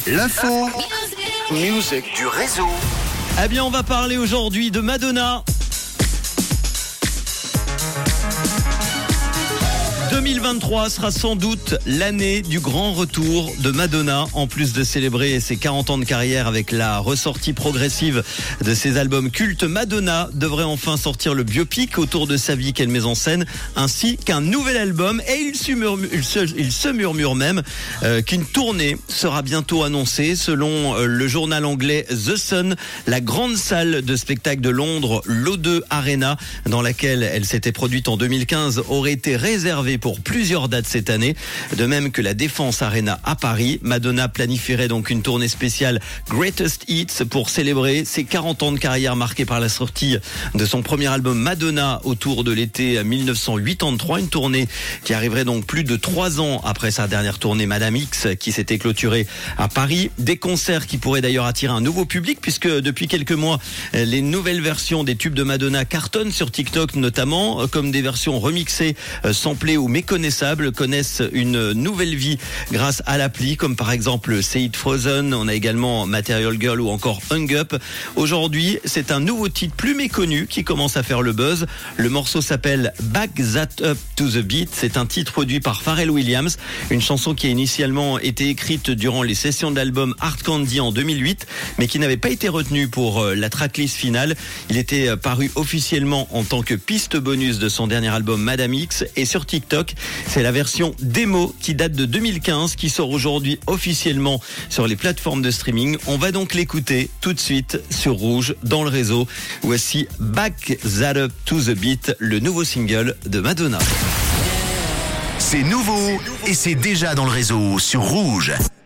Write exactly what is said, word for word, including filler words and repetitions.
L'info Music du réseau. Eh bien, on va parler aujourd'hui de Madonna. deux mille vingt-trois sera sans doute l'année du grand retour de Madonna. En plus de célébrer ses quarante ans de carrière avec la ressortie progressive de ses albums cultes, Madonna devrait enfin sortir le biopic autour de sa vie qu'elle met en scène, ainsi qu'un nouvel album. Et il se murmure, il se, il se murmure même euh, qu'une tournée sera bientôt annoncée. Selon euh, le journal anglais The Sun, la grande salle de spectacle de Londres, l'O deux Arena, dans laquelle elle s'était produite en deux mille quinze, aurait été réservée pour plusieurs dates cette année. De même que la Défense Arena à Paris, Madonna planifierait donc une tournée spéciale Greatest Hits pour célébrer ses quarante ans de carrière marquée par la sortie de son premier album Madonna autour de l'été mille neuf cent quatre-vingt-trois. Une tournée qui arriverait donc plus de trois ans après sa dernière tournée Madame X qui s'était clôturée à Paris. Des concerts qui pourraient d'ailleurs attirer un nouveau public puisque depuis quelques mois, les nouvelles versions des tubes de Madonna cartonnent sur TikTok notamment, comme des versions remixées, samplées ou méconnaissables connaissent une nouvelle vie grâce à l'appli, comme par exemple Say It Frozen. On a également Material Girl ou encore Hung Up. Aujourd'hui, c'est un nouveau titre plus méconnu qui commence à faire le buzz. Le morceau s'appelle Back That Up to the Beat. C'est un titre produit par Pharrell Williams, une chanson qui a initialement été écrite durant les sessions de l'album Hard Candy en deux mille huit, mais qui n'avait pas été retenue pour la tracklist finale. Il était paru officiellement en tant que piste bonus de son dernier album Madame X, et sur TikTok, c'est la version démo qui date de deux mille quinze qui sort aujourd'hui officiellement sur les plateformes de streaming. On va donc l'écouter tout de suite sur Rouge dans le réseau. Voici Back That Up to the Beat, le nouveau single de Madonna. C'est nouveau et c'est déjà dans le réseau sur Rouge.